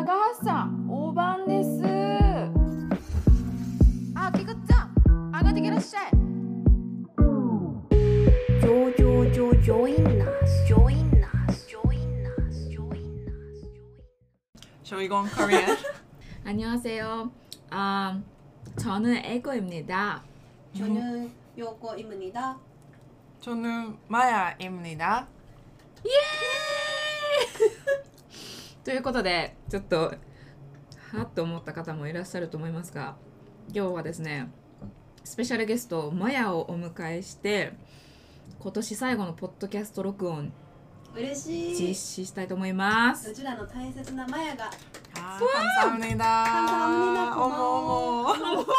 橋さん、大番です。あ、ピカちゃん、上がってきらっしゃい。 Shall we go in Korean? 안녕하세요. 저는 에고입니다. 저는 요코입니다. 저는 마야입니다. イエーイということで、ちょっとはっと思った方もいらっしゃると思いますが、今日はですね、スペシャルゲストマヤをお迎えして、今年最後のポッドキャスト録音嬉しい。 実施したいと思います。 うちらの大切なマヤが 감사합니다. 어머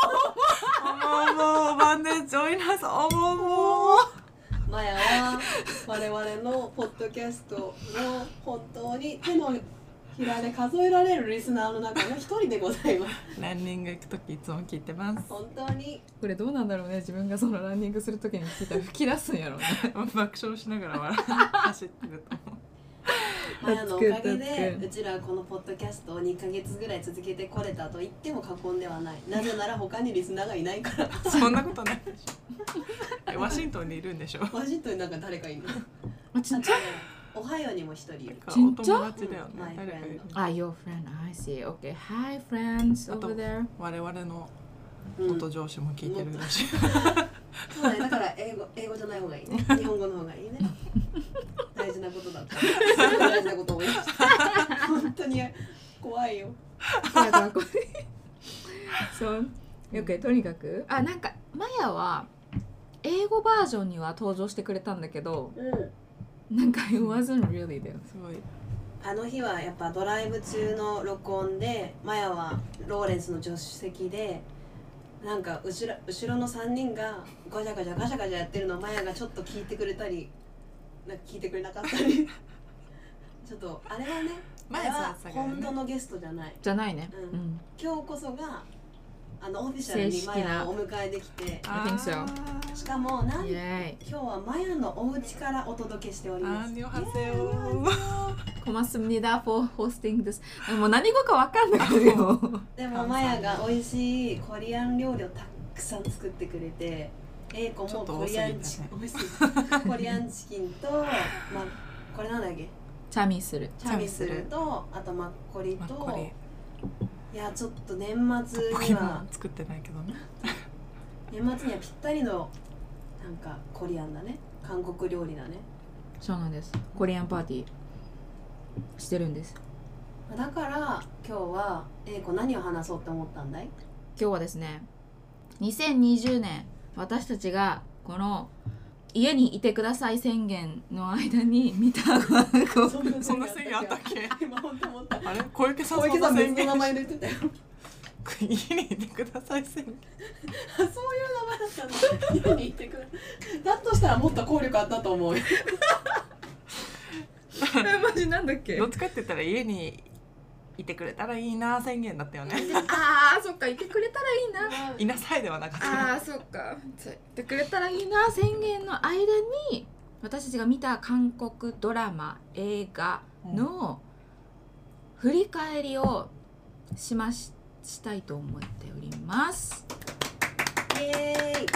반대 join us. 어머. マヤは我々のポッドキャストの本当に手のひらで数えられるリスナーの中の一人でございます。 ランニング行くときいつも聞いてます。 本当にこれどうなんだろうね。自分がそのランニングするときに聞いたら吹き出すんやろうね。 爆笑しながら走ってると思う。 マヤのおかげでうちらこのポッドキャストを2ヶ月ぐらい続けてこれたと言っても過言ではない。なぜなら他にリスナーがいないから。 そんなことないでしょ。ワシントンにいるんでしょ。 ワシントンになんか誰かいるの。 あ、ちっちゃい。 オハイオにも一人いる。 お友達だよね。誰かいる。 あ、your friend, I see. Okay, hi friends over there. 我々の元上司も聞いてるらしい。 そうね、だから英語じゃない方がいいね。日本語の方がいいね。大事なことだった。大事なことを言いました。本当に怖いよ。 そう、OK、とにかくなんかマヤは英語バージョンには登場してくれたんだけど、なんか it wasn't really だよ。 すごい。 あの日はやっぱドライブ中の録音で、マヤはローレンスの助手席で。なんか後ろの3人がガシャガシャやってるのをマヤがちょっと聞いてくれたりなんか聞いてくれなかったりちょっとあれはね、マヤは本当のゲストじゃないね、 今日こそがオフィシャルにマヤをお迎えできて、 I think so。 しかも今日はマヤのお家からお届けしております。 고맙습니다 for hosting this。 もう何語か分かんないよ。 でもマヤが美味しいコリアン料理をたくさん作ってくれて、英子もコリアンチキンとこれなんだっけ、 チャミスルとあとマッコリと、いやちょっと年末には作ってないけどね。 年末にはぴったりのなんかコリアンだね、韓国料理だね。 そうなんです。コリアンパーティーしてるんです。 だから今日は英子何を話そうって思ったんだい？ 今日はですね、2020年私たちがこの家にいてください宣言の間に見たそんな宣言あったっけ？ 今本当思った。 あれ小池さん別の名前で言ってたよ。 家にいてください宣言。 そういう名前だったんだ。家にいてください。だとしたらもっと効力あったと思うよ。 マジなんだっけ？ どっちかって言ったら家にいてくれたらいいな宣言だったよね。 そっか、いてくれたらいいな。 いなさいではなかった。 そっか。いてくれたらいいな宣言の間に私たちが見た韓国ドラマ映画の振り返りをしたいと思っております。 イエーイ。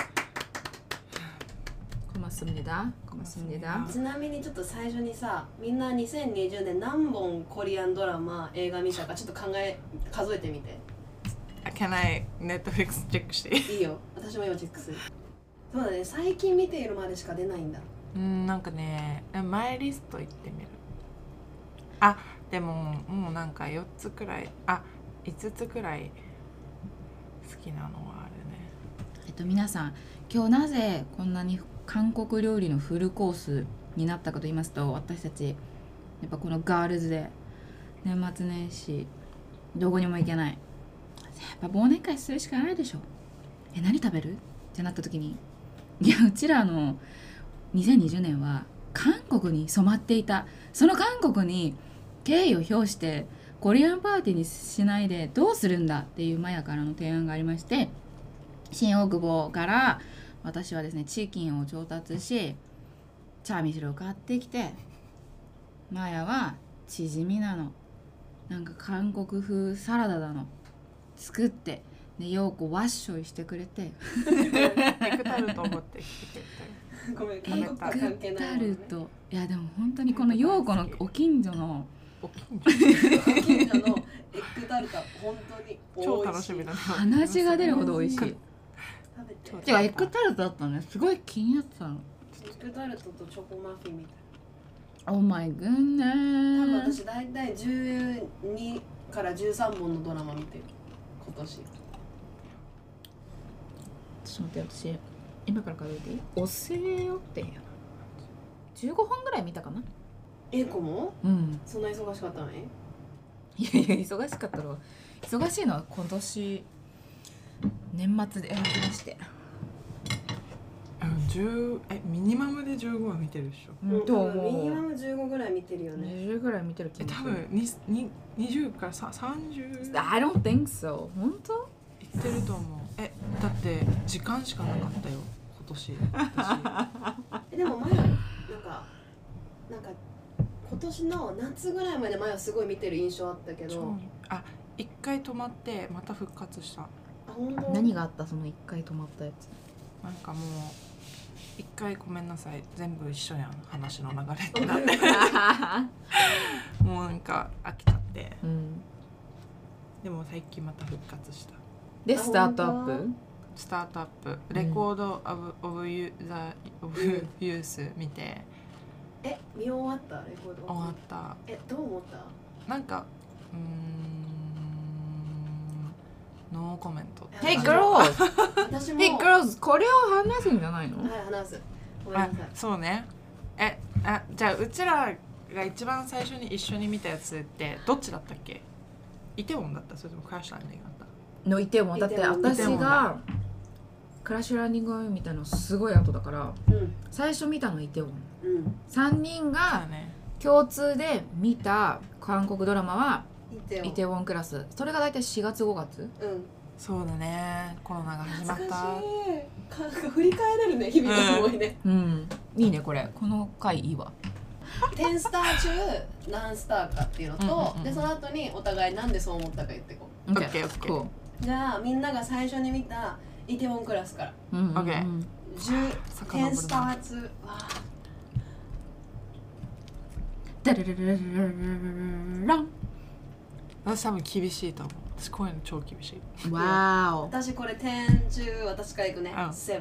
고맙습니다。 ちなみにちょっと最初にさ、みんな2020年何本コリアンドラマ映画見たかちょっと数えてみて。 Can I Netflix チェックしていいよ。私も今チェックする。そうだね、最近見ているまでしか出ないんだ。 なんかね、マイリスト行ってみる。でももうなんか4つくらい5つくらい好きなのはあるね。 皆さん、今日なぜこんなに韓国料理のフルコースになったかと言いますと、私たちやっぱこのガールズで年末年始どこにも行けない、やっぱ忘年会するしかないでしょ。何食べるってなった時に、いやうちらの2020年は韓国に染まっていた。その韓国に敬意を表してコリアンパーティーにしないでどうするんだっていうマヤからの提案がありまして、新大久保から私はですねチキンを調達し、チャーミスルを買ってきて、マヤはチヂミなのなんか韓国風サラダだの作ってで陽子ワッショイしてくれてエクタルトを持ってきてくれごめんエ韓国とは関係ッグタないもんねルトいやでも本当にこの陽子のお近所のた。お近所近所のエッグタルトは本当に美味しい。 超楽しみだね。 鼻血が出るほど美味しい。 食べて。 超てかエッグタルトだったのねすごい気になってたの。 エッグタルトとチョコマフィンみたい。 Oh my 多分 goodness。 私大体12から13本のドラマ見てる今年。 ちょっと待って私今から数えていい？教えよってんやな。15本ぐらい見たかな。 英子もうん。 そんな忙しかったのに？ いやいや忙しかったろ。忙しいのは今年年末で選びまして。 ミニマムで15は見てるでしょ。 どう多分ミニマもム15ぐらい見てるよね。 20ぐらい見てる気がする。 多分20から30 I don't think so。本当？ いってると思う。だって時間しかなかったよ今年。 でも前なんか今年の夏ぐらいまで前はすごい見てる印象あったけど。 一回止まってまた復活した。 あ本当？ 何があったその一回止まったやつ。 なんかもう一回ごめんなさい全部一緒やん話の流れってなってもうなんか飽きちゃって、 うん。 でも最近また復活した。 でスタートアップ。 スタートアップレコードオブユース見て見終わったレコード？ 終わった。 どう思った？ なんかノーコメント。 Hey girls! 私も Hey girls! これを話すんじゃないの？ はい話す。ごめんなさい。 そうね。じゃあうちらが一番最初に一緒に見たやつってどっちだったっけ？イテウォンだった？それともクラッシュランディングだった？ のイテウォンだって私がクラッシュランディングを見たのすごい後だから最初見たのイテウォン。3人そうがだね。 共通で見た韓国ドラマはイイテウォンクラス。それが大体4月5月。 そうだね。コロナが始まっ懐た。 かしい。振り返れるね日々の思い出。 うん。いいねこれ。この回いいわ。 10スター中何スターかっていうのと、でその後にお互いなんでそう思ったか言ってこう。 オッケーオッケー。 こじゃあみんなが最初に見たイテウォンクラスからう。うん。 オッケー 10スターツはダララララララララン。 私多分厳しいと思う。私こういうの超厳しい。 わーお。 私これ10中私からいくね。7。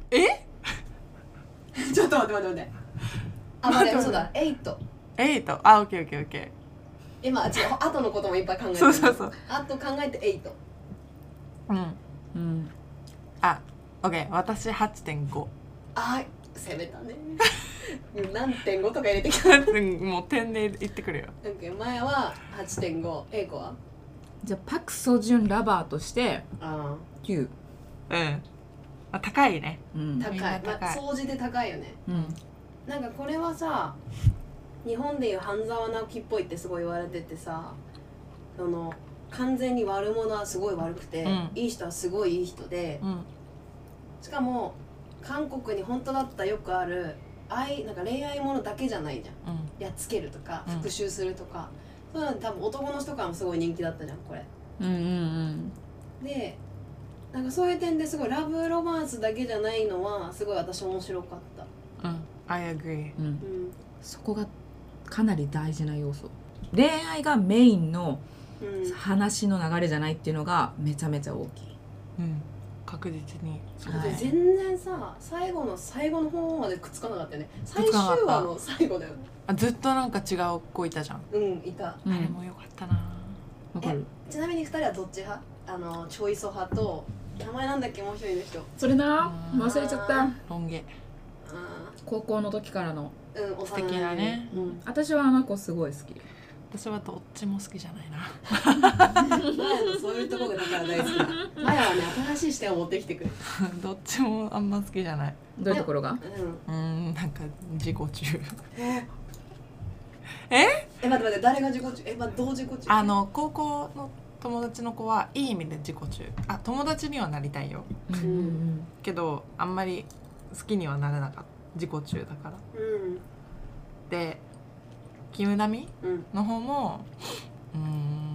ちょっと待って。待ってそうだ8。 8。あ、オッケーオッケーオッケ今後のこともいっぱい考えてる。 そう。 あと考えて8。 ー。 うん。 あ、オッケー。私8.5。 攻めたね。何点5とか入れてきた。 もう点で言ってくるよ。 前は8.5。英子はじゃあパクソジュンラバーとして9。 高いね。 高い。総じて高いよね。なんかこれはさ日本でいう半沢直樹っぽいってすごい言われててさ、完全に悪者はすごい悪くて、いい人はすごいいい人で、しかも韓国に本当だったらよくあるなんか恋愛ものだけじゃないじゃん、やっつけるとか復讐するとか、そういうの多分男の人からもすごい人気だったじゃんこれ。でなんかそういう点ですごいラブロマンスだけじゃないのはすごい私面白かった。 I agree。 そこがかなり大事な要素。恋愛がメインの話の流れじゃないっていうのがめちゃめちゃ大きい。 確実に。 全然さ最後の方までくっつかなかったよね。最終話の最後だよね。 ずっとなんか違う子いたじゃん。 いた。 あれもよかったな。 わかる。 ちなみに2人はどっち派？チョイソ派と名前なんだっけもう一人の人。 それな忘れちゃった。 ロン毛。 高校の時からの素敵なね。 私はあの子すごい好き。 私はどっちも好きじゃないな。 マヤのそういうところがだから大好きだ。マヤはね新しい視点を持ってきてくる。 どっちもあんま好きじゃない。 どういうところが？ なんか自己中。 待って誰が自己中？どう自己中？ 高校の友達の子はいい意味で自己中。友達にはなりたいよ。けどあんまり好きにはなれなかった。自己中だから。でキムナミの方も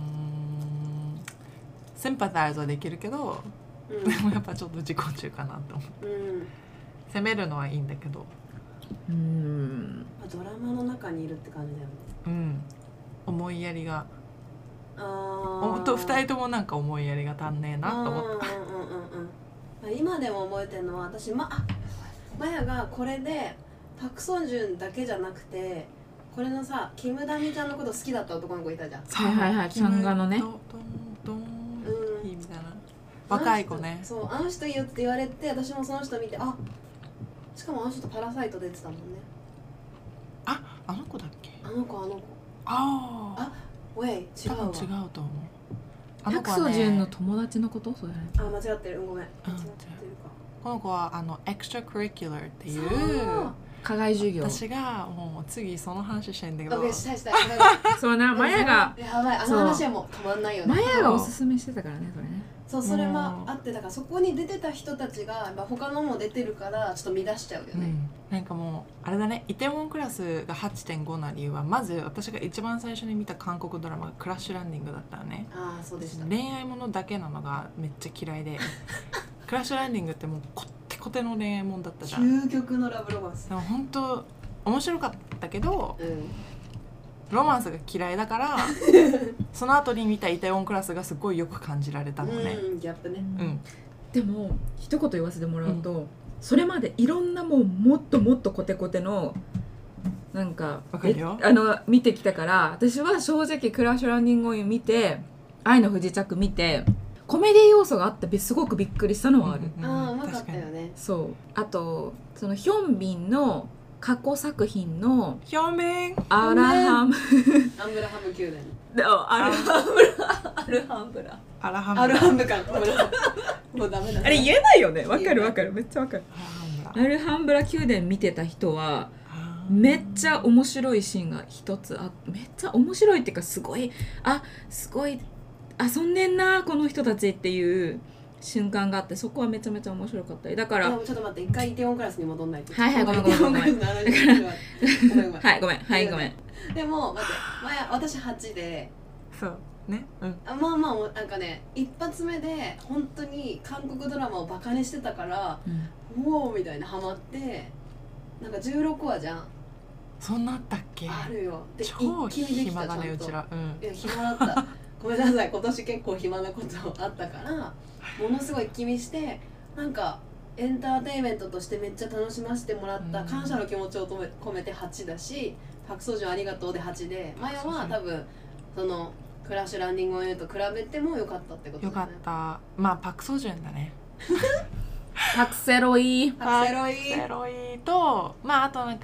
シンパタイズはできるけど、 うんでもやっぱちょっと自己中かなって思う。 うん責めるのはいいんだけど、 うーんまあドラマの中にいるって感じだよね。 思いやりがあ 2人ともなんか思いやりが足んねえなと思った。 今でも覚えてるのは私マヤがこれでパク・ソジュンだけじゃなくてこれのさキム・ダミちゃんのこと好きだった男の子いたじゃん。 はいはいはいチャンガのねドンみたいな若い子ね。 そうあの人いいよって言われて私もその人見てしかもあの人パラサイト出てたもんね。 あの子だっけ。 あの子ウェイ違うわ。 多分違うと思う。あパク・の子はね、 ソジュンの友達のことそれ間違ってるごめん間違ってるか。 この子はエクストラクリキュラーっていう課外授業私がもう次その話したいんだけど、 オッケーしたいそうなマヤがやばいあの話はもう止まんないよね。 マヤがおすすめしてたからねそれね。 そうそれもあってだからそこに出てた人たちがやっぱ他のも出てるからちょっと乱しちゃうよね。 なんかもうあれだね、イテウォンクラスが 8.5 な理由はまず私が一番最初に見た韓国ドラマがクラッシュランディングだったよね。 ああそうでした。 恋愛ものだけなのがめっちゃ嫌いでクラッシュランディングってもうこってこての恋愛もんだったじゃん。 究極のラブロマンス。 でも本当面白かったけどうんロマンスが嫌いだからその後に見たイテウォンクラスがすごいよく感じられたのね。 ギャップね。 でも一言言わせてもらうと、それまでいろんなもっともっとコテコテのなんかわかるよ見てきたから私は正直クラッシュランディングを見て愛の不時着見てコメディ要素があってすごくびっくりしたのはある。 ああうまかったよね。 そうあとそのヒョンビンの過去作品のヒョンビンアラハムアンブラハム宮殿。 アルハンブラアラハムアルハムかごめんなさい。もうダメだ。 あれ言えないよね。わかるわかるめっちゃわかる。 アラハムアルハンブラ宮殿見てた人はめっちゃ面白いシーンが一つめっちゃ面白いっていうかすごい遊んでんなこの人たちっていう瞬間があってそこはめちゃめちゃ面白かったりだからちょっと待って一回イテウォンクラスに戻んないと。 はいごめんごめんはいごめんはいごめん。 でも待って私8でそうねまあなんかね一発目で本当に韓国ドラマをバカにしてたからうおーみたいなハマってなんか16話じゃん。 そんなあったっけ。 あるよ。で超一気にできた暇だねちゃんとうちら。 いや暇だったごめんなさい今年結構暇なことあったからものすごい一気見してなんかエンターテインメントとしてめっちゃ楽しませてもらった感謝の気持ちを込めて8だしパク・ソジュンありがとうで8でマヤは多分そのクラッシュランディングを言うと比べても良かったってことだね。 よかったまあパクソジュンだね。 パクセロイパクセロイセロイとまああとなんか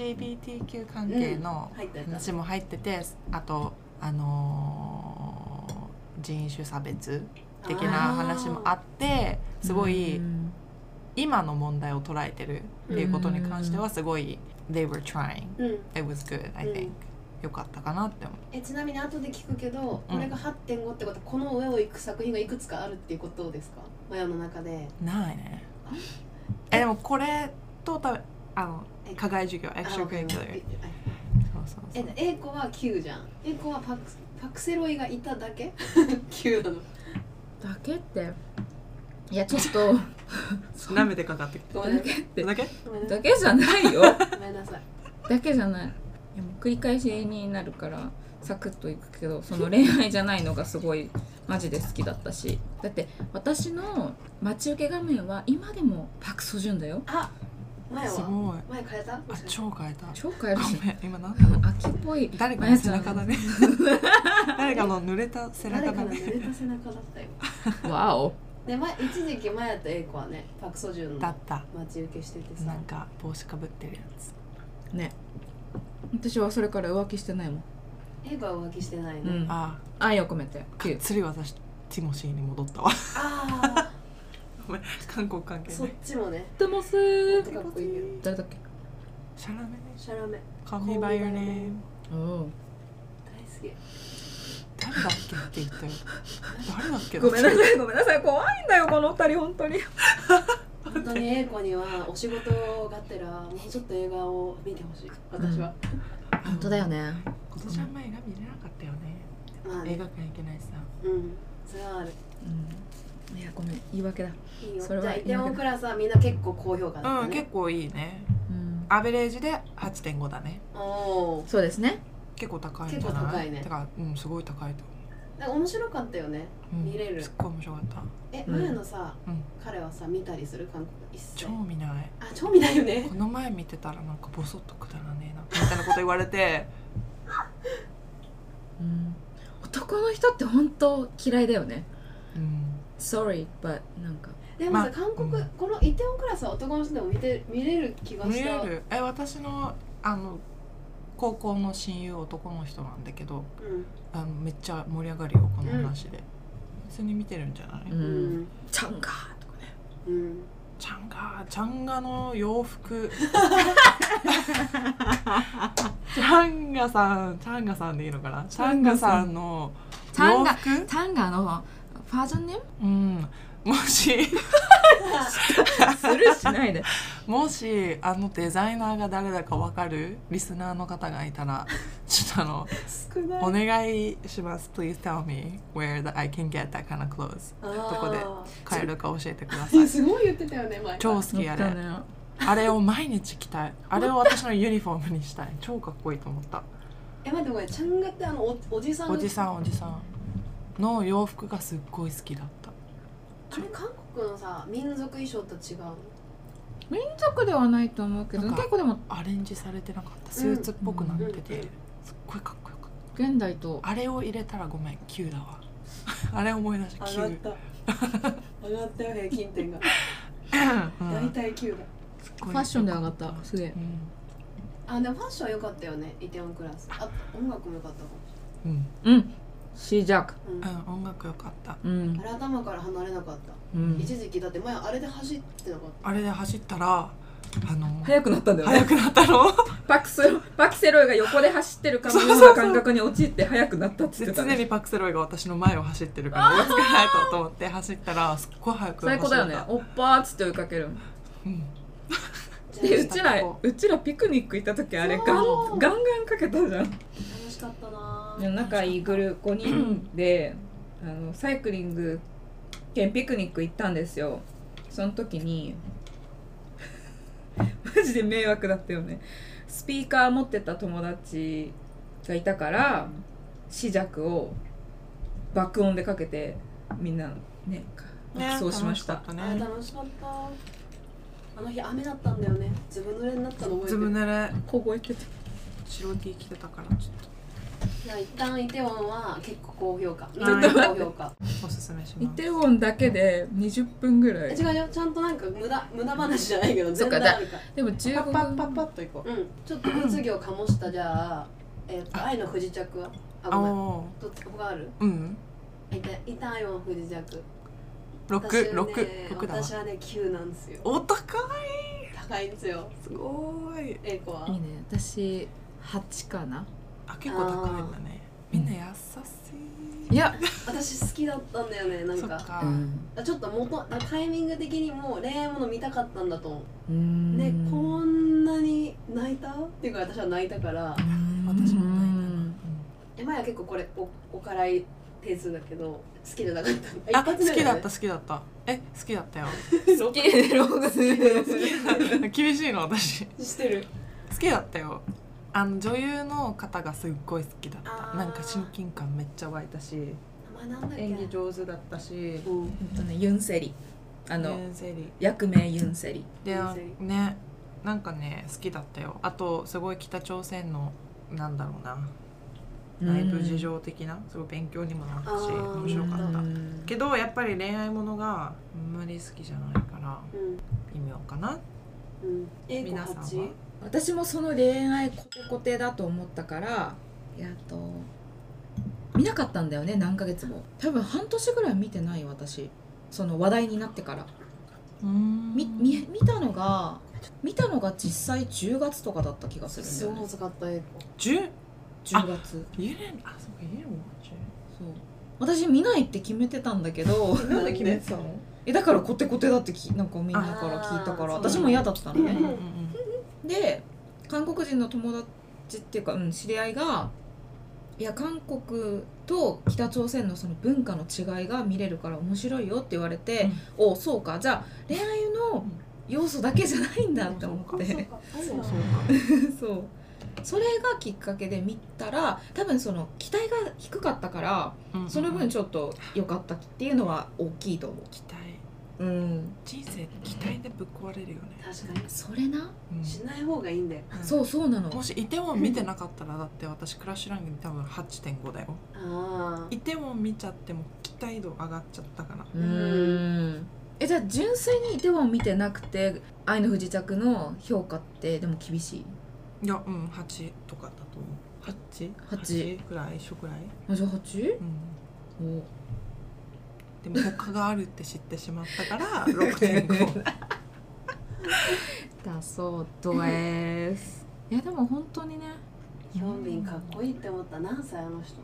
LGBTQ 関係の入ってた話も入っててあと人種差別的な話もあってすごい今の問題を捉えてるっていうことに関してはすごい they were trying it was good I think よかったかなって思う。 ちなみに後で聞くけどこれが 8.5 ってことはこの上を行く作品がいくつかあるっていうことですかマヤの中で。 ないね。でもこれと課外授業エクストラクリキュラーそう A 子は9じゃん。A 子はパクセロイがいただけ9なのだけっていやちょっと舐めてかかってきてごめんなさいだけだけじゃないよごめんなさいだけじゃない。いやもう繰り返しになるからサクッといくけどその恋愛じゃないのがすごいマジで好きだったしだって私の待ち受け画面は今でもパク・ソジュンだよ。 前すごい前変えた超変えた超変えるしごめん今なんだろう秋っぽい誰かの背中だね誰かの濡れた背中誰かだねの濡れた背中だったよわおで一時期マヤと A 子はねパク・ソジュンのだった待ち受けしててさなんか帽子かぶってるやつね私はそれから浮気してないもん。 A 子は浮気してないね、 うん愛を込めてがっつり私ティモシーに戻ったわあごめん韓国関係そっないちもねでもすーかっこいいけど誰だっけ。 シャラメシャラメ Call me by your name おお大好き誰だっけって言ったよ誰だっけごめんなさいごめんなさい怖いんだよこの二人本当に本当に A 子にはお仕事があったらもうちょっと映画を見てほしい私は、 本当だよね。 今年あんま映画見れなかったよね、 まあね映画館行けないしさうんそれはある。 いやごめん言い訳だ。 いいよ。 それはじゃあイテウォンクラスはみんな結構高評価だったね。 結構いいね。アベレージで 8.5 だね。 おお。 そうですね。 結構高いんじゃない？ 結構高いね。 てかすごい高いとなんか面白かったよね。見れる。 すっごい面白かった。 前のさ、彼はさ見たりする韓国一切。 超見ない。 あ、超見ないよね。 この前見てたらなんかボソッとくだらねえなみたいなこと言われて男の人って本当嫌いだよね。Sorry but なんかでもさ、韓国、このイテウォンクラスは男の人でも見れる気がした。 見れる。私の高校の親友男の人なんだけど、めっちゃ盛り上がるよこの話で。普通に見てるんじゃない？ チャンガーとかね。 チャンガの洋服チャンガさんでいいのかな？チャンガさんの洋服？ チャンガのファージョンネーム？ もしスルーしないで。 もしデザイナーが誰だか分かるリスナーの方がいたらちょっとお願いします。 Please tell me where I can get that kind of clothes。 どこで買えるか教えてください。 すごい言ってたよね前。 超好きあれ。あれを毎日着たい。あれを私のユニフォームにしたい。超かっこいいと思った。 待ってこれチャンガっておじさんの洋服がすっごい好きだった。 あれ韓国のさ民族衣装と違う？ 民族ではないと思うけど結構でもアレンジされてなかった。スーツっぽくなっててすっごいかっこよかった。 現代とあれを入れたらごめん9だわ。あれ思い出した。9 上がったよ平均点が大体9だ。 ファッションで上がった。すげえ。 でもファッション良かったよねイテウォンクラス。音楽も良かったかも。シージャック。 音楽良かった。 あれ頭から離れなかった。一時期だって前あれで走ってなかった。 あれで走ったら速くなったんだよね。 速くなったの。 パクセロイが横で走ってるかのような感覚に陥って速くなったって言ってた。 常にパクセロイが私の前を走ってるから追いつかないと思って走ったらすっごい速く走った。 最高だよね。おっぱーっつって追いかける。でうちらピクニック行った時あれガンガンかけたじゃん。 楽しかったな。 仲いいグループ5人でサイクリング兼ピクニック行ったんですよ。その時にマジで迷惑だったよね。スピーカー持ってた友達がいたからシジャクを爆音でかけてみんなね爆走しました。 楽しかった。あの日雨だったんだよね。ずぶ濡れになったの覚えてる。 ずぶ濡れ凍えてて白 T 着てたからちょっと一旦イテウォンは結構高評価。高評価。 おすすめします。 イテウォンだけで20分ぐらい。 違うよ、ちゃんとなんか無駄話じゃないけど全然あるから。 でも15分パッといこう。 ちょっと物議を醸したじゃあ愛の不時着はごめん。他ある？一旦愛の不時着。 6だわ。 私はね9なんですよ。 お高い。 高いんですよ。 すごい。 英子は？ いいね。私8かな。 結構高いんだね。みんな優しい。 いや私好きだったんだよね。なんかちょっとタイミング的にも恋愛もの見たかったんだと思う。でこんなに泣いたっていうか私は泣いたから。 私も泣いた。 前は結構これお辛い点数だけど好きじゃなかった。 好きだった。好きだったよ。 好きでローが厳しいの私。 してる。 好きだったよ。女優の方がすっごい好きだった。なんか親近感めっちゃ湧いたし、演技上手だったし、 ユンセリ、役名ユンセリでね、なんかね好きだったよ。あとすごい北朝鮮のなんだろうな、内部事情的なすごい勉強にもなったし面白かったけど、やっぱり恋愛ものがあんまり好きじゃないから微妙かな。皆さんは？ 私もその恋愛コテコテだと思ったから見なかったんだよね。何ヶ月も多分半年ぐらい見てない。私その話題になってから見たのが実際10月とかだった気がするんだよね。 すごい遅かった英子。 10月。 そうか家連そう私見ないって決めてたんだけどなんで決めてたの？ だからコテコテだってなんかみんなから聞いたから私も嫌だったのね。で韓国人の友達っていうか、知り合いがいや韓国と北朝鮮のその文化の違いが見れるから面白いよって言われて、おそうかじゃあ恋愛の要素だけじゃないんだって思って、 そうかそうそれがきっかけで見たら多分その期待が低かったから、その分ちょっと良かったっていうのは大きいと思う。 期待、人生って期待でぶっ壊れるよね。 確かにそれな、 しない方がいいんだよ。 そうなの。 もしイテウォン見てなかったらだって私クラッシュランキング多分 8.5 だよ。イテウォン見ちゃっても期待度上がっちゃったかな。 じゃあ純粋にイテウォン見てなくて愛の不時着の評価ってでも厳しい？ いや8とかだと思う。8くらい一緒くらい。 じゃあ 8？ おでも他があるって知ってしまったから 6.5 だそうです。いやでも本当にね、 ヒョンビンかっこいいって思った。何歳あの人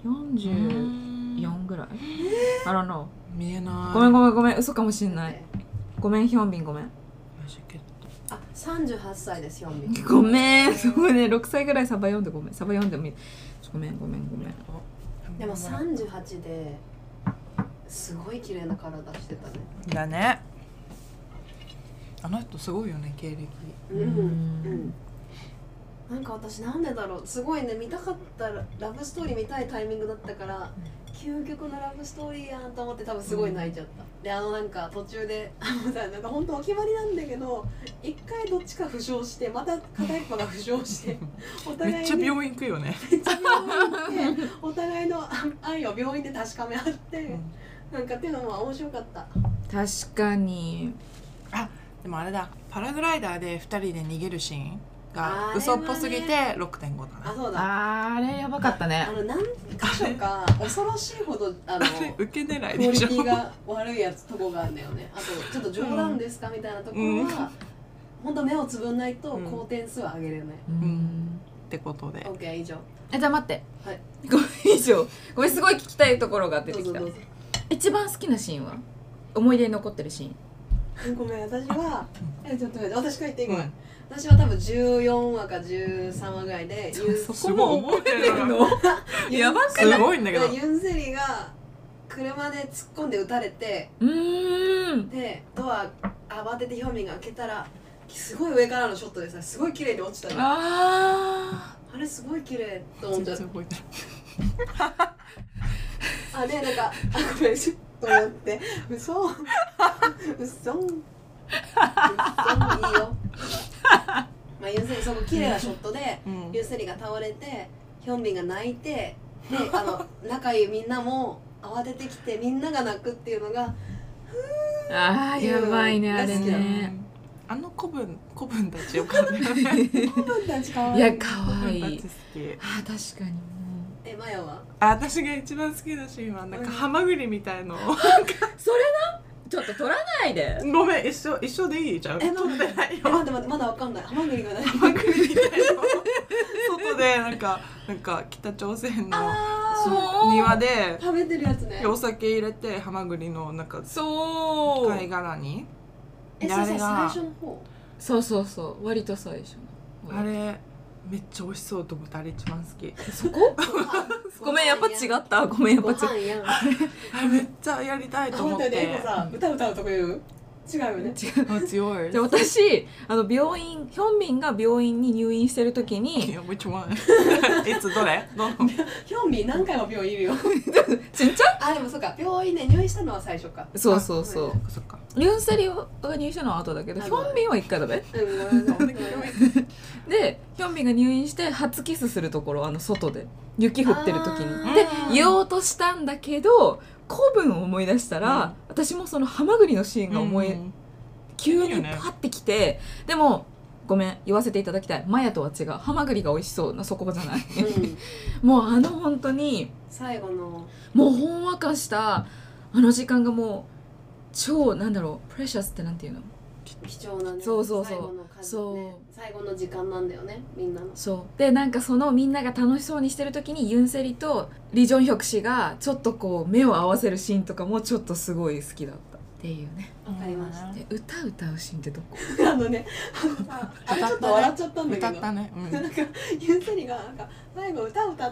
？44ぐらい？あらの見えない。 ごめん嘘かもしんない。ごめんヒョンビンごめん。 あ、38歳ですヒョンビン。 ごめんそうね6歳ぐらいサバ読んでごめん。サバ読んでもいい。ごめん。 でも38ですごい綺麗な体してたね。 だね。あの人すごいよね経歴。 なんか私なんでだろう、すごいね見たかったラブストーリー見たいタイミングだったから、究極のラブストーリーやんと思って多分すごい泣いちゃった。でなんか途中でなんか本当お決まりなんだけど一回どっちか負傷してまた片一方が負傷してお互いにめっちゃ病院行くよね。 めっちゃ病院行ってお互いの愛を病院で確かめ合って、なんかっていうのも面白かった。 確かに。 でもあれだ、パラグライダーで2人で逃げるシーンが嘘っぽすぎて 6.5 だな。 そうだ。 あれやばかったね。 何箇所か恐ろしいほど受け狙いクオでしょ。 リティが悪いやつとこがあるんだよね。あとちょっと冗談ですかみたいなところは、本当目をつぶんないと高点数は上げるよね。 ってことで。 オッケー以上。 じゃあ待って。 はい。 ごめん以上。ごめんすごい聞きたいところが出てきた。 どうぞ。 一番好きなシーンは？思い出に残ってるシーン。 ごめん私はちょっと待って私から言っていい？ごめん。私は多分14話か13話ぐらいでそこも覚えてるのやばくない？ すごいんだけどユンセリが車で突っ込んで撃たれてでドア慌ててヒョンミンが開けたらすごい上からのショットでさすごい綺麗に落ちたの。あれすごい綺麗と思っちゃった。でなんかごめんちょっと思って嘘いいよ。ユンセリそこ綺麗なショットで、ユンセリが倒れてヒョンビンが泣いてで仲いいみんなも慌ててきてみんなが泣くっていうのがやばいねあれね。 あの子分たちよかったよね。 子分たちかわいい。 いやかわいい。 確かに。 マヤは？ 私が一番好きなシーンはなんかハマグリみたいの。 それな。ちょっと取らないで。 ごめん一緒でいいじゃん。取ってないよ。 待ってまだわかんない。ハマグリが何？ ハマグリみたいの。外でなんか北朝鮮の庭で食べてるやつね。 お酒入れてハマグリのなんか貝殻に。 最初の方。 そう割と最初の。あれめっちゃ美味しそうと思ってあれ一番好き。 そこ？ごめんやっぱ違った。ごめんやっぱ違った。 あれめっちゃやりたいと思って。 歌うとこ言う？違うよね。 What's yours？ で私病院ヒョンビンが病院に入院してる時に。 Which one？ いつどれ？ ヒョンビン何回も病院いるよ。 ちんちゃ？ でもそうか病院で入院したのは最初か。 そう。 そっか。 ユンセリが入院したのは後だけどヒョンビンは1回だべ。でヒョンビンが入院して初キスするところ外で雪降ってる時にで言おうとしたんだけど古文を思い出したら、私もそのハマグリのシーンが急にパッてきて、でもごめん言わせていただきたい、マヤとは違う、ハマグリが美味しそうなそこじゃない、もう本当に最後のもうほんわかした時間がもう超なんだろうプレシャスってなんていうの、 貴重なね。 そう最後の時間なんだよねみんなの。 そうでなんかそのみんなが楽しそうにしてる時にユンセリとリ・ジョンヒョク氏がちょっとこう目を合わせるシーンとかもちょっとすごい好きだったっていうね。 わかりました。 で歌うシーンってどこ？ あれちょっと笑っちゃったんだけど。 歌ったね。 なんかユンセリがなんか最後歌って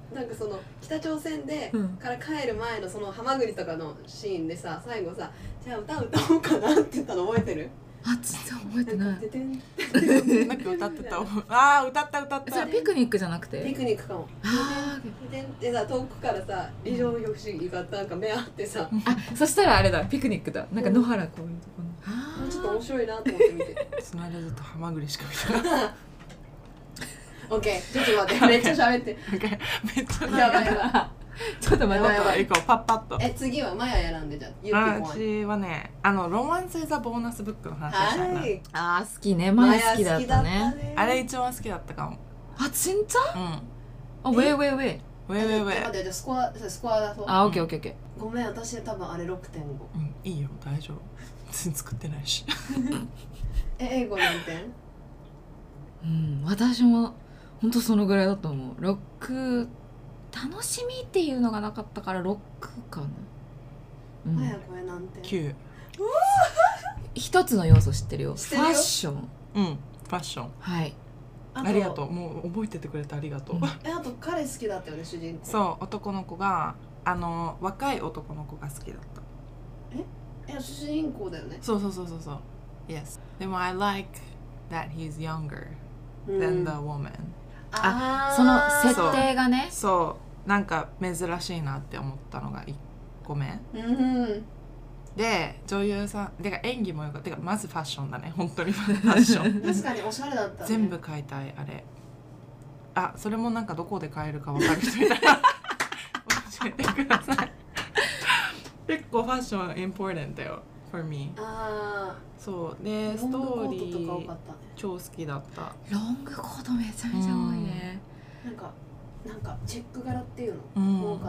なんかその北朝鮮で、 うんから帰る前のそのハマグリとかのシーンでさ、最後さ、じゃあ歌おうかなって言ったの覚えてる？ あ、全然覚えてない。 ててんなんか歌ってた。ああ、歌ったそれピクニックじゃなくてピクニックかも。 あててんってさ、遠くからさ、異常不思議がなんか目合ってさ、 あ、そしたらあれだ、ピクニックだ。なんか野原こういうところのちょっと面白いなと思って見て。 その間ずっとハマグリしか見てない。 オッケー、ちょっと待って、めっちゃ喋って。 めっちゃやばいやばい。 ちょっと待ってやばいやばい行こう、パッパッと。 次はマヤ選んで、じゃあ、ゆうあ、 きこ私はね、ロマンス・イザ・ボーナスブックの話をしたいな。 はい。 あー好きね、前好きだったね。 ねあれ一番好きだったかも。 あ、진짜？ うん。 あ、ウェイウェイウェイ。 ウェイウェイウェイ。 待って、じゃあスコアだそう。 あ、オッケーオッケーオッケごめん、私多分あれ 6.5。 うん、いいよ、大丈夫。全然作ってないし。 英語何点？ ー。うん、私も本当そのぐらいだと思う。6、楽しみっていうのがなかったから6かな。うんマヤこれ何点 9。 一つの要素知ってるよ。 知ってるよファッション。 うん、ファッション。 はい。 ありがとう。もう覚えててくれてありがとう。 うんあと彼好きだったよね、主人公。 そう男の子が若い男の子が好きだった。 いや、主人公だよね。 そう。Yes。でも I like that he's younger う than ん the woman。 あ、その設定がね。 そうなんか珍しいなって思ったのが1個目うんで、女優さんてか演技もよかった。てかまずファッションだね、本当にファッション確かにおしゃれだったね。 全部買いたいあれ。あ、それもなんかどこで買えるか分かる人いたら教えてください。結構ファッションインポータントだよ for me。 あそうであ、 ストーリロングコートとか多ーかったね。 超好きだった。 ロングコートめちゃめちゃ多いね。 なんかチェック柄っていうの、 うん多かった。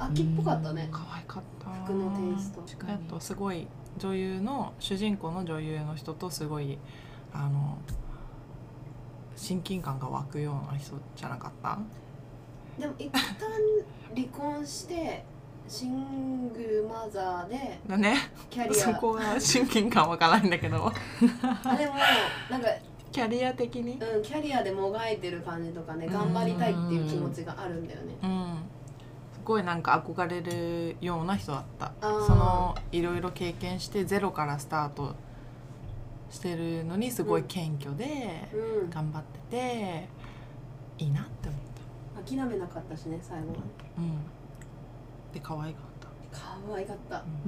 秋っぽかったね。 可愛かった服のテイスト。 確かにあとすごい女優の主人公の女優の人とすごい親近感が湧くような人じゃなかった？ でも一旦離婚してシングルマザーでだね。 キャリそこは親近感わからないんだけどアでもなんかキャリア的にキャリアでもがいてる感じとかね、頑張りたいっていう気持ちがあるんだよね。 すごいなんか憧れるような人だった。 あーそのいろいろ経験してゼロからスタートしてるのにすごい謙虚でうん、 頑張ってていいなって思っ諦めなかったしね、最後はね。 た。で可愛かった。 可愛かった。 うん。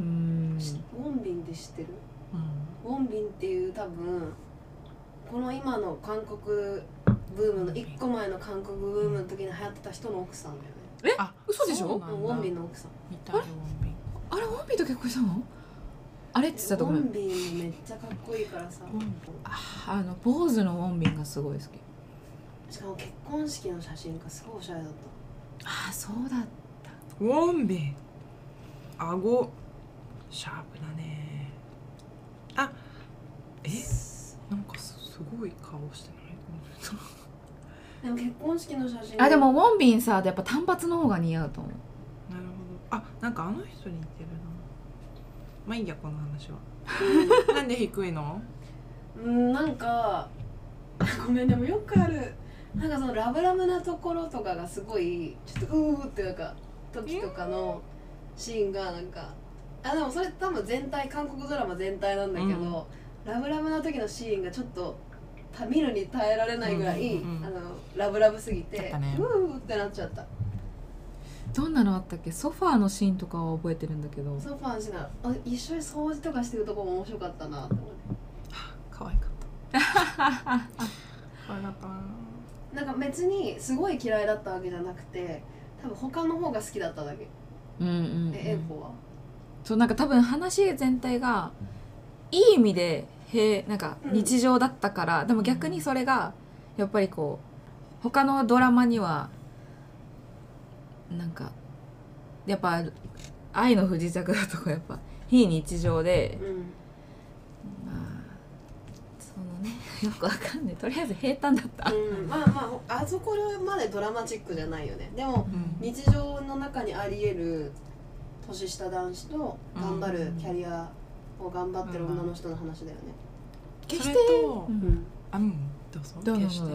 ウォンビンって知ってる？ うんウォンビンっていう多分この今の韓国ブームの1個前の韓国ブームの時に流行ってた人の奥さんだよね。 あ、 嘘でしょそうなんだウォンビンの奥さん。 見たいウォンビン。 あれ、ウォンビンと結婚したの？あれって言ってたとウ思う。 ォンビンめっちゃかっこいいからさ。 ウォンビン坊主のウォンビンがすごい好き。 しかも結婚式の写真がすごいおしゃれだっあ、そうだ。 ウォンビン顎シャープだね。あ、なんかすごい顔してない？ た。でも結婚式の写真あ、でもウォンビンさ、やっぱ単発の方が似合うと思う。 なるほど。あ、なんかあの人に似てるな。まあいいや、この話は。なんで低いの？ なんかごめん、でもよくあるなんかそのラブラブなところとかがすごいちょっとうーってなんか時とかのシーンがなんかでもそれ多分全体韓国ドラマ全体なんだけど、ラブラブな時のシーンがちょっと見るに耐えられないぐらい、ラブラブすぎて、うーってなっちゃった。 どんなのあったっけ？ソファーのシーンとかは覚えてるんだけど。 ソファーしな一緒に掃除とかしてるとこも面白かったなと思って。 可愛かった可愛かったな。 なんか別にすごい嫌いだったわけじゃなくて、多分他の方が好きだっただけ。英子はそう、なんか多分話全体がいい意味でなんか日常だったから、でも逆にそれがやっぱりこう他のドラマにはなんかやっぱ愛の不時着だとかやっぱ非日常で、まあそのね、よくわかんない、とりあえず平坦だった。 まあまああそこまでドラマチックじゃないよね。でも、日常の中にあり得る年下男子と頑張るキャリアを頑張ってる女の人の話だよね。 決してどうぞ。 決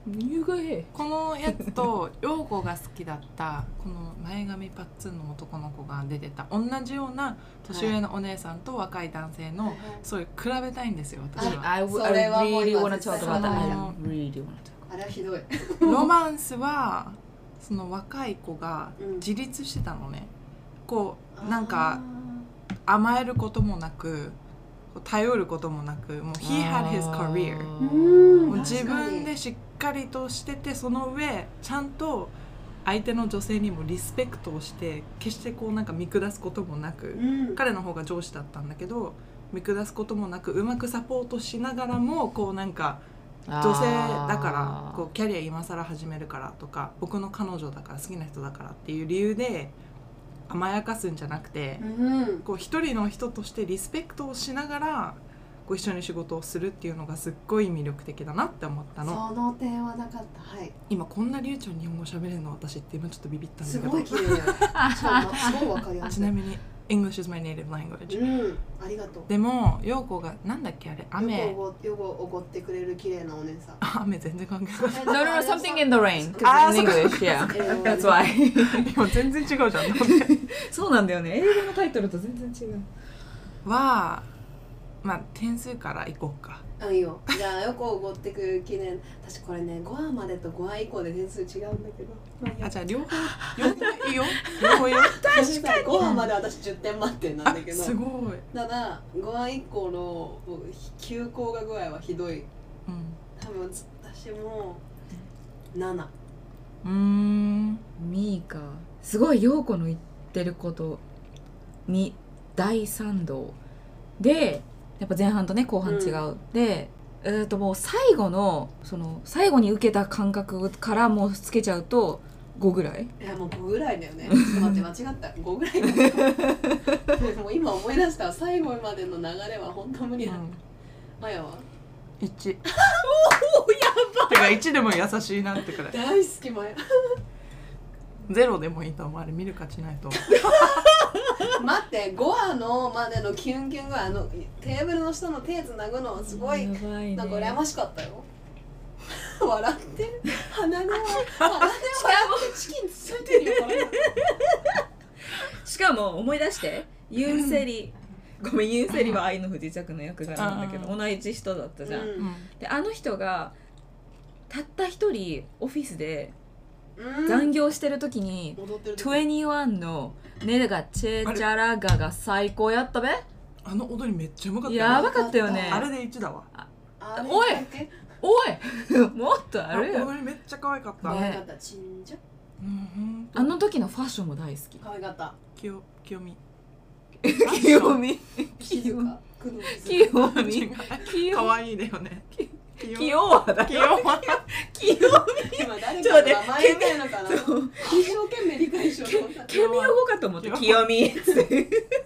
言うがえこのやつと陽子が好きだったこの前髪パッツンの男の子が出てた同じような年上のお姉さんと若い男性の、そういう比べたいんですよ私は。 I それはもう really 今 wanna 絶 talk 対 about that. I その really wanna talk. あれはひどい。 ロマンスはその若い子がうん自立してたのね。こうなんか甘えることもなく頼ることもなく、もう He had his career。もう自分でしっかりとしてて、その上ちゃんと相手の女性にもリスペクトをして、決してこうなんか見下すこともなく、 うん彼の方が上司だったんだけど見下すこともなくうまくサポートしながらも、こうなんか女性だからこうキャリア今更始めるからとか、僕の彼女だから好きな人だからっていう理由で甘やかすんじゃなくて、 うんこう一人の人としてリスペクトをしながらこう一緒に仕事をするっていうのがすっごい魅力的だなって思ったの。 その点はなかった。はい。 今こんな流暢に日本語喋れるの私って今ちょっとビビったんだけど、 すごい綺麗よね。そうすごいわかりやすい。 ちなみに English is my native language、 うん、ありがとう。 でも陽子がなんだっけあれ雨よくおごってくれる綺麗なお姉さん。 雨全然関係ない。 No, no, no, something in the rain. あ Because ー in English, yeah. That's why. 今全然違うじゃん。 そうなんだよね。英語のタイトルと全然違う。 はまあ点数からいこうか。 いいよ。じゃあよくおごってくれる記念。私これね5話までと5話以降で点数違うんだけど。まあいいやあ、じゃあ両方いいよ。両方いいよ。 確かに5話まで私10点満点なんだけど。 すごい。 ただ5話以降の急降下具合はひどい。 うん。 多分私も7。 ミーか。すごい陽子の言ってることに大賛同で、やっぱ前半とね後半違う、でもう最後のその最後に受けた感覚からもうつけちゃうと5ぐらい。 いやもう5ぐらいだよね。ちょっと待って間違った。5ぐらいだよ。もう今思い出した最後までの流れは本当無理だ。マヤは 1。おおやばい。てか1でも優しいなってくらい。 大好きマヤ。 0でもいいと思う。あれ見る価値ないと思待って5話のまでのキュンキュンがテーブルの下の手つなぐのすごいやばいね。 なんか羨ましかったよ。笑ってる鼻で笑ってチキンついてるよこれ。 しかも思い出してユンセリごめん、ユンセリは愛の不時着の役柄なんだけど同じ人だったじゃん、 うんう。 であの人がたった一人オフィスでうん残業してる時に、 踊ってる時 21のネガチェチャラガが最高やったべ。 あの踊りめっちゃうまかったよ。 やばかったよね。 あれで1だわ。 あれおいだっけおいもっとあるよ。 踊りめっちゃ可愛かった。 ね可愛かったちんじゃうんあの時のファッションも大好き。 可愛かった清美。 清美静か工藤静清香美可愛いだよね。 清和だ清よ。 和。 清今誰かの名前言いたいのかな。一生懸命理解しようと思った。 清美をかと思って清美っつって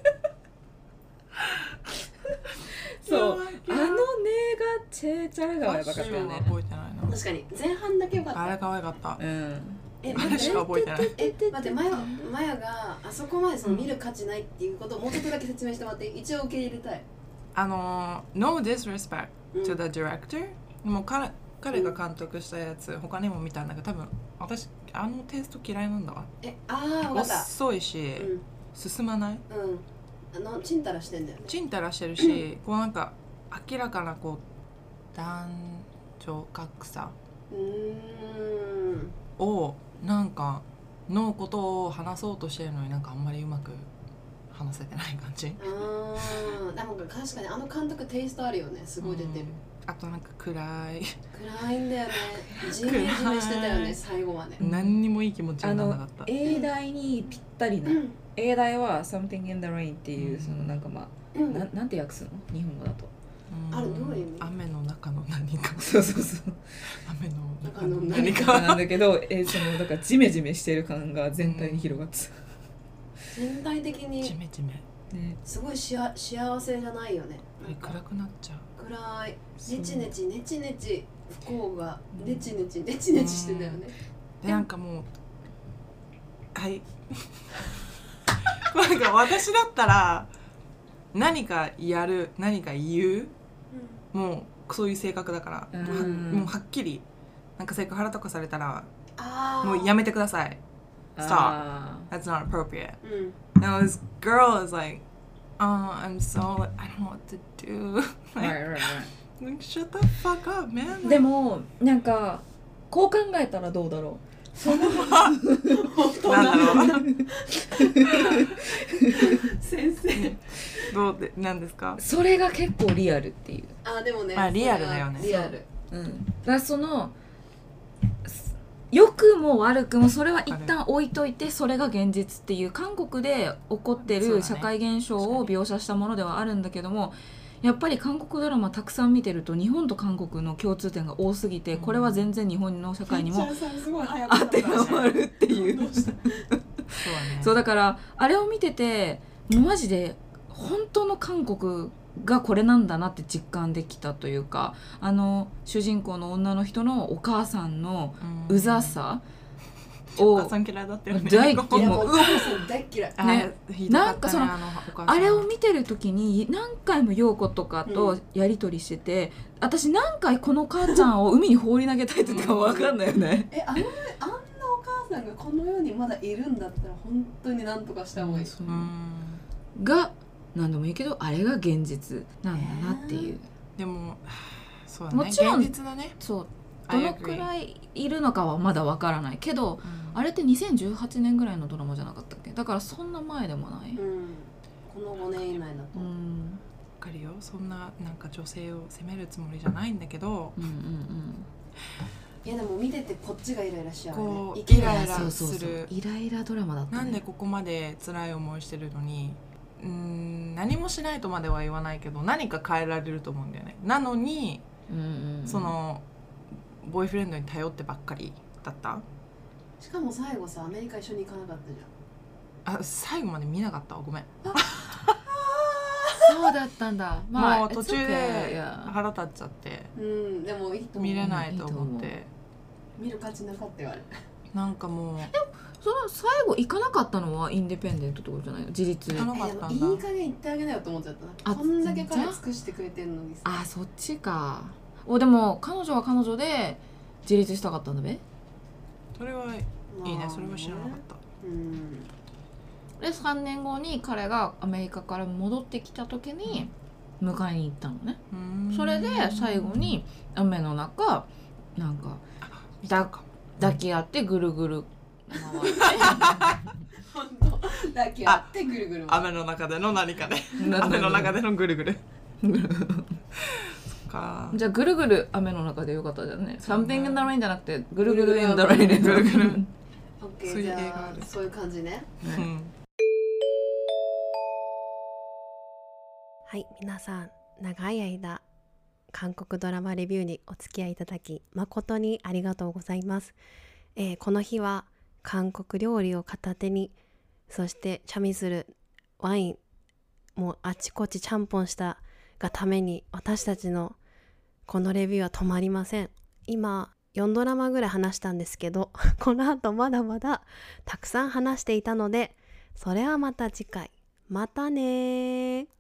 そうあのネガチェチャラガはやばかったよね。 覚えてないな。 確かに前半だけ良かった。 あれ可愛かった。 うん待ってあれしか覚えてない。 待ってマヤがあそこまでその見る価値ないっていうことをもうちょっとだけ説明してもらって、一応受け入れたい。 No disrespect うん to the director、もう彼が監督したやつ他にも見たんだけど、多分私あのテイスト嫌いなんだわ。 分かった。 遅いし、 うん進まないちんたらしてんだよね。 ちんたらしてるし、こうなんか明らかなこう男女格差をなんかのことを話そうとしてるのになんかあんまりうまく話せてない感じ。 でも確かにあの監督テイストあるよね。すごい出てる。 あとなんか暗い暗いんだよね。ジメジメしてたよね最後はね。 何にもいい気持ちにならなかった。 英題にぴったりな、英題は Something in the Rain っていうそのなんかまあ、なんて訳すの日本語だと。 あれどういう意味？ 雨の中の何か。 そうそうそう雨の中のの何何なか。 んだけど、そのだからジメジメしてる感が全体に広がってた、 全体的ジにメジメ。 ね、 すごい幸せじゃないよね。 あれ暗くなっちゃう。 暗いネチネチネチネチ不幸がネチネチネチネチしてたよね。 でなんかもうはいなんか私だったら何かやる何か言う、もうそういう性格だから、もうはっきりなんかセクハラとかされたらあーもうやめてください。Stop. あ That's not appropriate. うん Now this girl is like, I'm so like, I don't know what to do. ー like, right, right, like, shut the fuck up, man. right. でもなんかこう考えたらどうだろう。そのなんだろう。 先生どうでなんですか？ それが結構リアルっていう。 あでもね、 まあリアルだよねリアルうん、だからその良くも悪くもそれは一旦置いといて、それが現実っていう韓国で起こってる社会現象を描写したものではあるんだけども、やっぱり韓国ドラマたくさん見てると日本と韓国の共通点が多すぎて、これは全然日本の社会にもすごい早当てはまるっていうそうだね。 そうだからあれを見ててもうマジで本当の韓国がこれなんだなって実感できたというか、主人公の女の人のお母さんのうざさをお母さん嫌いだったよね。 大いやもうお母さん大嫌いねなんかそのあれを見てる時に何回も陽子とかとやり取りしてて、私何回この母ちゃんを海に放り投げたいって言ったか分かんないよね。 あんなお母さんがこの世にまだいるんだったら本当に何とかした方がいい、 が何でもいいけどあれが現実なんだなっていう、 でもそうだね、 もちろん現実だね。 そうどのくらいいるのかはまだ分からないけど、あれって2018年ぐらいのドラマじゃなかったっけ？だからそんな前でもない、 この5年以内だと、 わかるよ。そんななんか女性を責めるつもりじゃないんだけど、 いやでも見ててこっちがイライラしちゃうこうね。 イライラそうそうそうする。 イライラドラマだったね。 なんでここまで辛い思いしてるのに、何もしないとまでは言わないけど何か変えられると思うんだよね。なのに、そのボーイフレンドに頼ってばっかりだった。 しかも最後さアメリカ一緒に行かなかったじゃん。 最後まで見なかったわ、ごめん。 そうだったんだ、 もう途中で it's okay. 腹立っちゃってでもいいと思う。 見れないと思って見る価値なかったよあれ。 なんかもうその最後行かなかったのはインディペンデントってことじゃないの？自立。 行かなかったんだ。 いい加減言ってあげなよと思っちゃったな。こんだけ彼尽くしてくれてるのにさ。 あ、そっちか。でも彼女は彼女で自立したかったんだべ。 それはいいね、それは知らなかった。 で3年後に彼がアメリカから戻ってきた時に迎えに行ったのね。それで最後に雨の中なんか抱き合ってぐるぐる回って本当抱き合ってぐるぐる雨の中での何かね雨の中でのぐるぐるそっか。 じゃあぐるぐる雨の中でよかったじゃんね。Something in the rain じゃなくてぐるぐる in the rain でぐるぐるそういう映画ある。そういう感じね。はい、皆さん長い間韓国ドラマレビューにお付き合いいただき誠にありがとうございます。この日は韓国料理を片手に、そしてチャミスル、ワインもうあちこちちゃんぽんしたがために私たちのこのレビューは止まりません。今4ドラマぐらい話したんですけどこの後まだまだたくさん話していたので、それはまた次回。またねー。